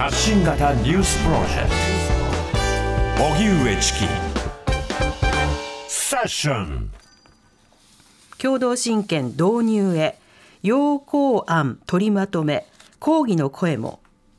発信型ニュースプロジェクト荻上チキセッション。 共同親権導入へ要綱案取りまとめ、抗議の声も。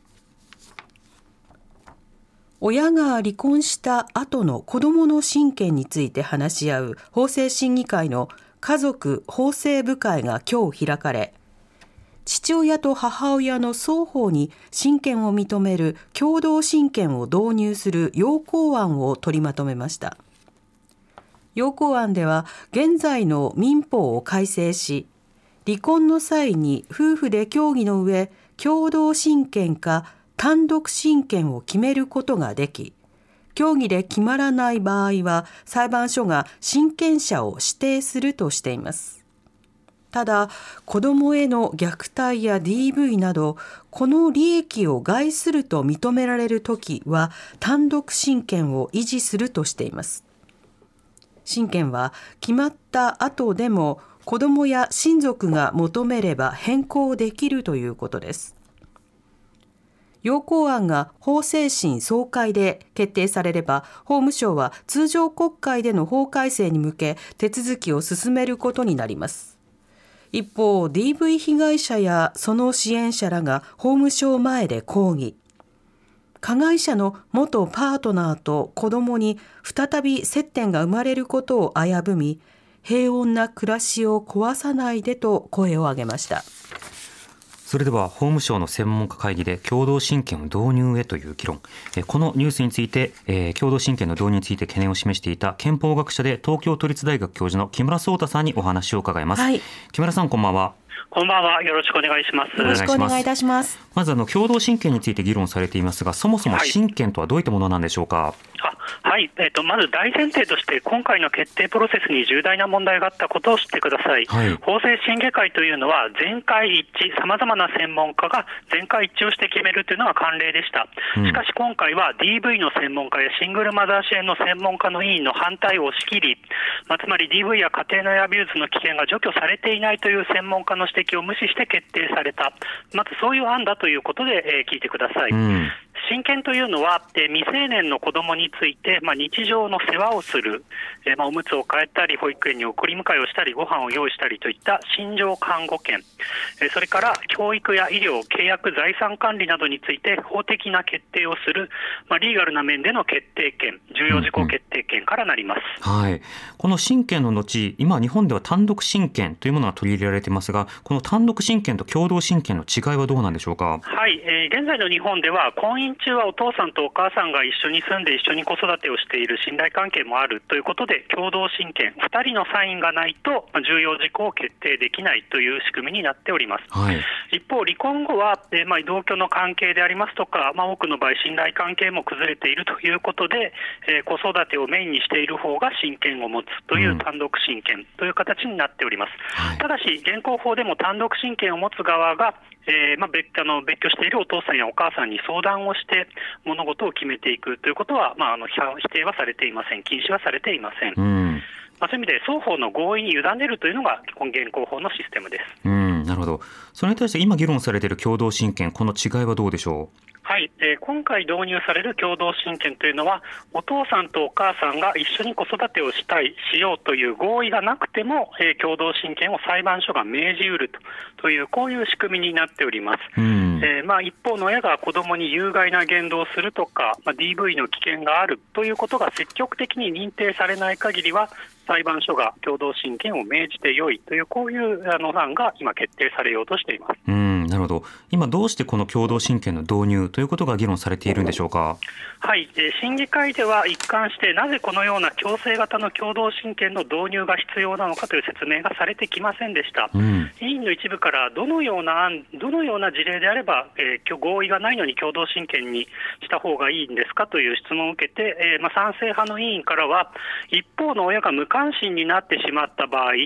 親が離婚した後の子どもの親権について話し合う法制審議会の家族法制部会が今日開かれ、父親と母親の双方に親権を認める共同親権を導入する要綱案を取りまとめました。要綱案では現在の民法を改正し、離婚の際に夫婦で協議の上、共同親権か単独親権を決めることができ、協議で決まらない場合は裁判所が親権者を指定するとしています。ただ、子どもへの虐待や DV など、この利益を害すると認められるときは単独親権を維持するとしています。親権は決まった後でも子どもや親族が求めれば変更できるということです。要綱案が法制審総会で決定されれば、法務省は通常国会での法改正に向け手続きを進めることになります。一方、DV 被害者やその支援者らが法務省前で抗議。加害者の元パートナーと子どもに再び接点が生まれることを危ぶみ、平穏な暮らしを壊さないでと声を上げました。 それでは法務省の専門家会議で共同親権を導入へという議論、このニュースについて、共同親権の導入について懸念を示していた憲法学者で東京都立大学教授の木村草太さんにお話を伺います、はい、木村さん、こんばんは。 こんばんは。よろしくお願いします。 よろしくお願いいたします。 まず共同親権について議論されていますが、そもそも親権とはどういったものなんでしょうか。 はい、まず大前提として今回の決定プロセスに重大な問題があったことを知ってください、はい、法制審議会というのは全会一致、さまざまな専門家が全会一致をして決めるというのが慣例でした、しかし今回は DV の専門家やシングルマザー支援の専門家の委員の反対を押し切り、つまり DV や家庭内アビューズの危険が除去されていないという専門家の指摘を無視して決定された、まずそういう案だということで、聞いてください、親権というのは、未成年の子どもについて、日常の世話をする、おむつを替えたり保育園に送り迎えをしたりご飯を用意したりといった親情看護権、それから教育や医療、契約財産管理などについて法的な決定をする、リーガルな面での決定権、重要事項決定権からなります、 はい、この親権の後、今日本では単独親権というものが取り入れられていますが、この単独親権と共同親権の違いはどうなんでしょうか。 はい、現在の日本では婚姻中はお父さんとお母さんが一緒に住んで一緒に子育てをしている信頼関係もあるということで、共同親権2人のサインがないと重要事項を決定できないという仕組みになっております、はい、一方離婚後は、同居の関係でありますとか、多くの場合信頼関係も崩れているということで、子育てをメインにしている方が親権を持つという単独親権という形になっております、ただし現行法でも単独親権を持つ側が別居しているお父さんやお母さんに相談をして物事を決めていくということは、否定はされていません。禁止はされていません、そういう意味で双方の合意に委ねるというのが現行法のシステムです。 なるほど。それに対して今議論されている共同親権、この違いはどうでしょう。 はい、今回導入される共同親権というのは、お父さんとお母さんが一緒に子育てをしようという合意がなくても、共同親権を裁判所が命じうるというこういう仕組みになっております、一方の親が子どもに有害な言動をするとか、DV の危険があるということが積極的に認定されない限りは裁判所が共同親権を命じてよいという、こういう案が今決定されようとしています。 なるほど。今どうしてこの共同親権の導入ということが議論されているんでしょうか。 はい、審議会では一貫してなぜこのような強制型の共同親権の導入が必要なのかという説明がされてきませんでした、委員の一部からどのような事例であれば、合意がないのに共同親権にした方がいいんですかという質問を受けて、賛成派の委員からは、一方の親が無関心になってしまった場合に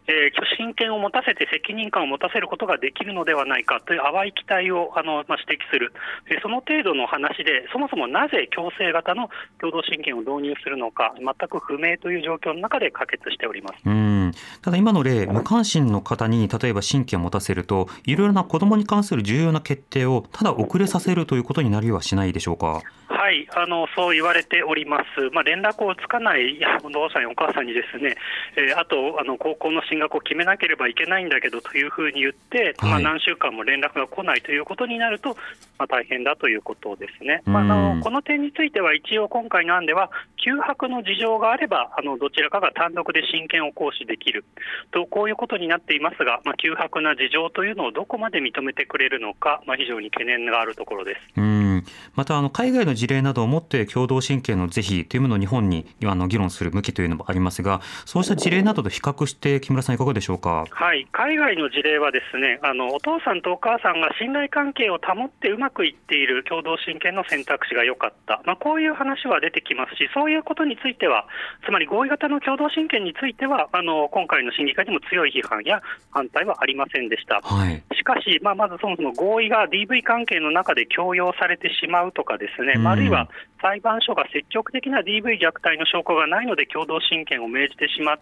親権を持たせて責任感を持たせることができるのではないかという淡い期待を指摘する、その程度の話で、そもそもなぜ強制型の共同親権を導入するのか全く不明という状況の中で可決しております。 ただ今の例、無関心の方に例えば親権を持たせると、いろいろな子どもに関する重要な決定をただ遅れさせるということになりはしないでしょうか。 はい、そう言われております。連絡をつかないお父さんやお母さんにですね、あと高校の進学を決めなければいけないんだけどというふうに言って、何週間も連絡が来ないということになると、大変だということですね。この点については一応今回の案では、急迫の事情があればどちらかが単独で親権を行使できると、こういうことになっていますが、急迫な事情というのをどこまで認めてくれるのか、非常に懸念があるところです。 また海外の事例などをもって共同親権の是非というものを日本に議論する向きというのもありますが、そうした事例などと比較して木村さんいかがでしょうか。 はい、海外の事例はですね、お父さんとお母さんが信頼関係を保ってうまくいっている共同親権の選択肢が良かった、こういう話は出てきますし、そういうことについては、つまり合意型の共同親権については今回の審議会でも強い批判や反対はありませんでした。しかし、まずそもそも合意が DV 関係の中で強要されてしまうとかですね、あるいは裁判所が積極的な DV 虐待の証拠がないので共同親権を命じてしまって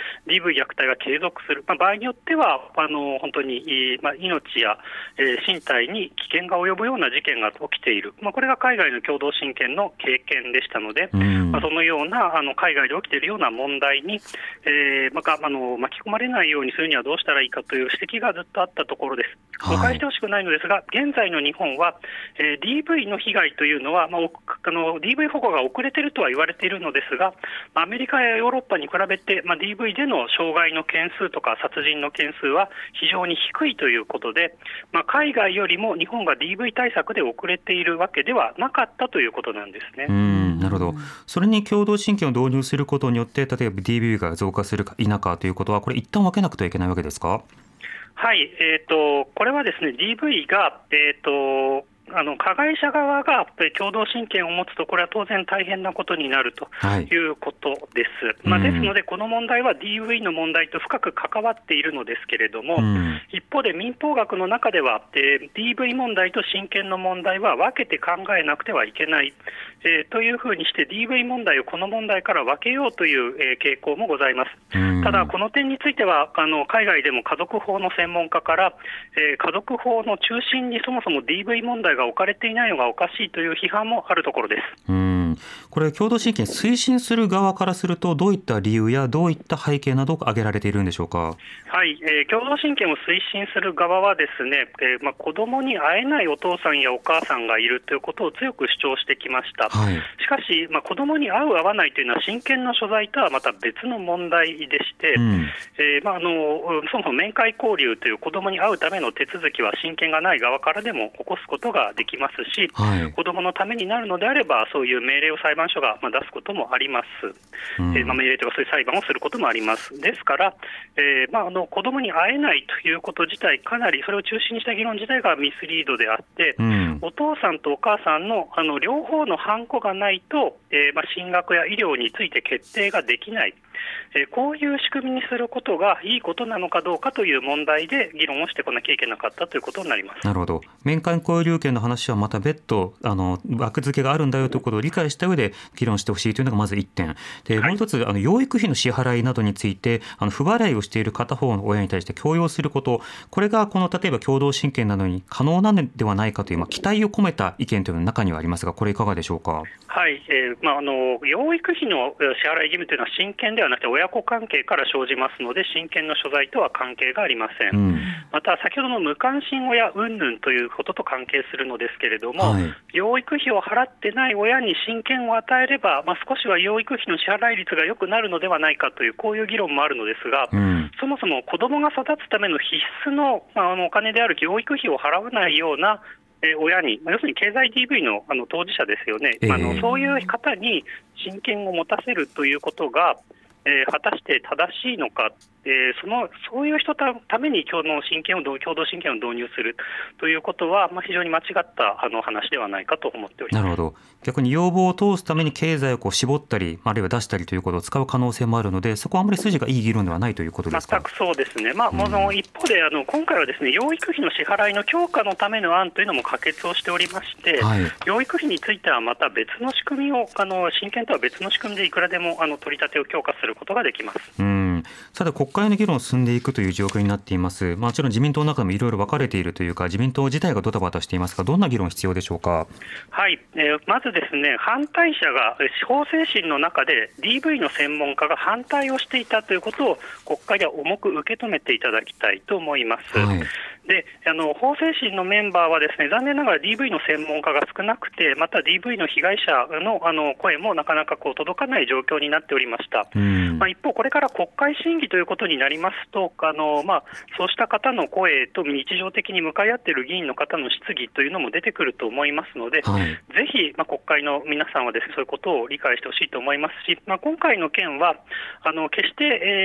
DV 虐待が継続する、場合によっては本当に、命や、身体に危険が及ぶような事件が起きている、これが海外の共同親権の経験でしたので、そのような海外で起きているような問題に、巻き込まれないようにするにはどうしたらいいかという指摘がずっとあったところです。誤解してほしくないのですが、現在の日本は、DV の被害というのは、DV 保護が遅れているとは言われているのですが、アメリカやヨーロッパに比べて、DV での傷害の件数とか殺人の件数は非常に低いということで、海外よりも日本が DV 対策で遅れているわけではなかったということなんですね。 なるほど。それに共同親権を導入することによって、例えば DV が増加するか否かということは、これ一旦分けなくてはいけないわけですか。 はい、これはですね、DV が、加害者側が共同親権を持つと、これは当然大変なことになるということです。ですので、この問題は DV の問題と深く関わっているのですけれども、一方で民法学の中では、DV 問題と親権の問題は分けて考えなくてはいけない、というふうにして DV 問題をこの問題から分けようという、傾向もございます。ただ、この点については海外でも家族法の専門家から、家族法の中心にそもそも DV 問題が置かれていないのがおかしいという批判もあるところです。 これ共同親権推進する側からすると、どういった理由やどういった背景などが挙げられているんでしょうか。 はい、共同親権を推進する側はですね、子どもに会えないお父さんやお母さんがいるということを強く主張してきました。しかし、子どもに会う会わないというのは親権の所在とはまた別の問題でして、そもそも面会交流という子どもに会うための手続きは親権がない側からでも起こすことができますし、子どものためになるのであればそういう命令を裁判所が出すこともあります。命令とかそういう裁判をすることもあります。ですから、子どもに会えないということ自体、かなりそれを中心にした議論自体がミスリードであって、お父さんとお母さんの両方のハンコがないと、進学や医療について決定ができない、こういう仕組みにすることがいいことなのかどうかという問題で議論をしてこなきゃいけなかったということになります。 なるほど。面会交流権の話はまた別途枠付けがあるんだよということを理解した上で議論してほしいというのがまず1点で、もう一つ養育費の支払いなどについて不払いをしている片方の親に対して強要すること、これが例えば共同親権などに可能なのではないかという期待を込めた意見というのが中にはありますが、これいかがでしょうか。 はい、養育費の支払い義務というのは親権ではなくて親子関係から生じますので、親権の所在とは関係がありません。また先ほどの無関心親云々ということと関係するのですけれども、養育費を払ってない親に親権を与えれば、少しは養育費の支払い率が良くなるのではないかという、こういう議論もあるのですが、そもそも子どもが育つための必須の、お金である養育費を払わないような親に、要するに経済 DV の、当事者ですよね、そういう方に親権を持たせるということが、果たして正しいのかそういう人のために共同親権を導入するということは、非常に間違った話ではないかと思っております。 なるほど。逆に要望を通すために経済を絞ったり、あるいは出したりということを使う可能性もあるので、そこはあまり筋がいい議論ではないということですか。 全くそうですね。一方で今回はですね、養育費の支払いの強化のための案というのも可決をしておりまして、養育費についてはまた別の仕組みを親権とは別の仕組みでいくらでも取り立てを強化することができます。 さて、国会の議論を進んでいくという状況になっています。もちろん自民党の中でもいろいろ分かれているというか、自民党自体がドタバタしていますが、どんな議論必要でしょうか。 まずですね、反対者が法制審の中で DV の専門家が反対をしていたということを国会では重く受け止めていただきたいと思います。で、法制審のメンバーはですね、残念ながら DV の専門家が少なくて、また DV の被害者の声もなかなか届かない状況になっておりました。一方、これから国会審議ということになりますと、そうした方の声と日常的に向かい合っている議員の方の質疑というのも出てくると思いますので、ぜひ、国会の皆さんはですね、そういうことを理解してほしいと思いますし、今回の件は決して、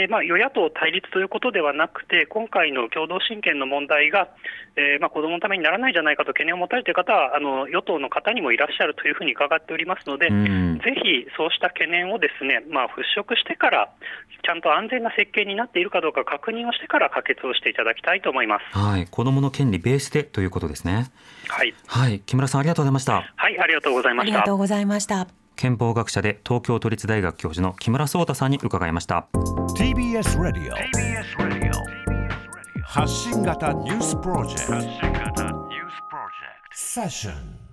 与野党対立ということではなくて、今回の共同親権の問題が子どものためにならないんじゃないかと懸念を持たれている方は与党の方にもいらっしゃるというふうに伺っておりますので、ぜひそうした懸念をですね、払拭してからちゃんと安全な設計になっているかどうか確認をしてから可決をしていただきたいと思います。 子どもの権利ベースでということですね。木村さん、ありがとうございました。 ありがとうございました。 ありがとうございました。 憲法学者で東京都立大学教授の木村壮太さんに伺いました。 TBS ラディオ発信型ニュースプロジェクトセッション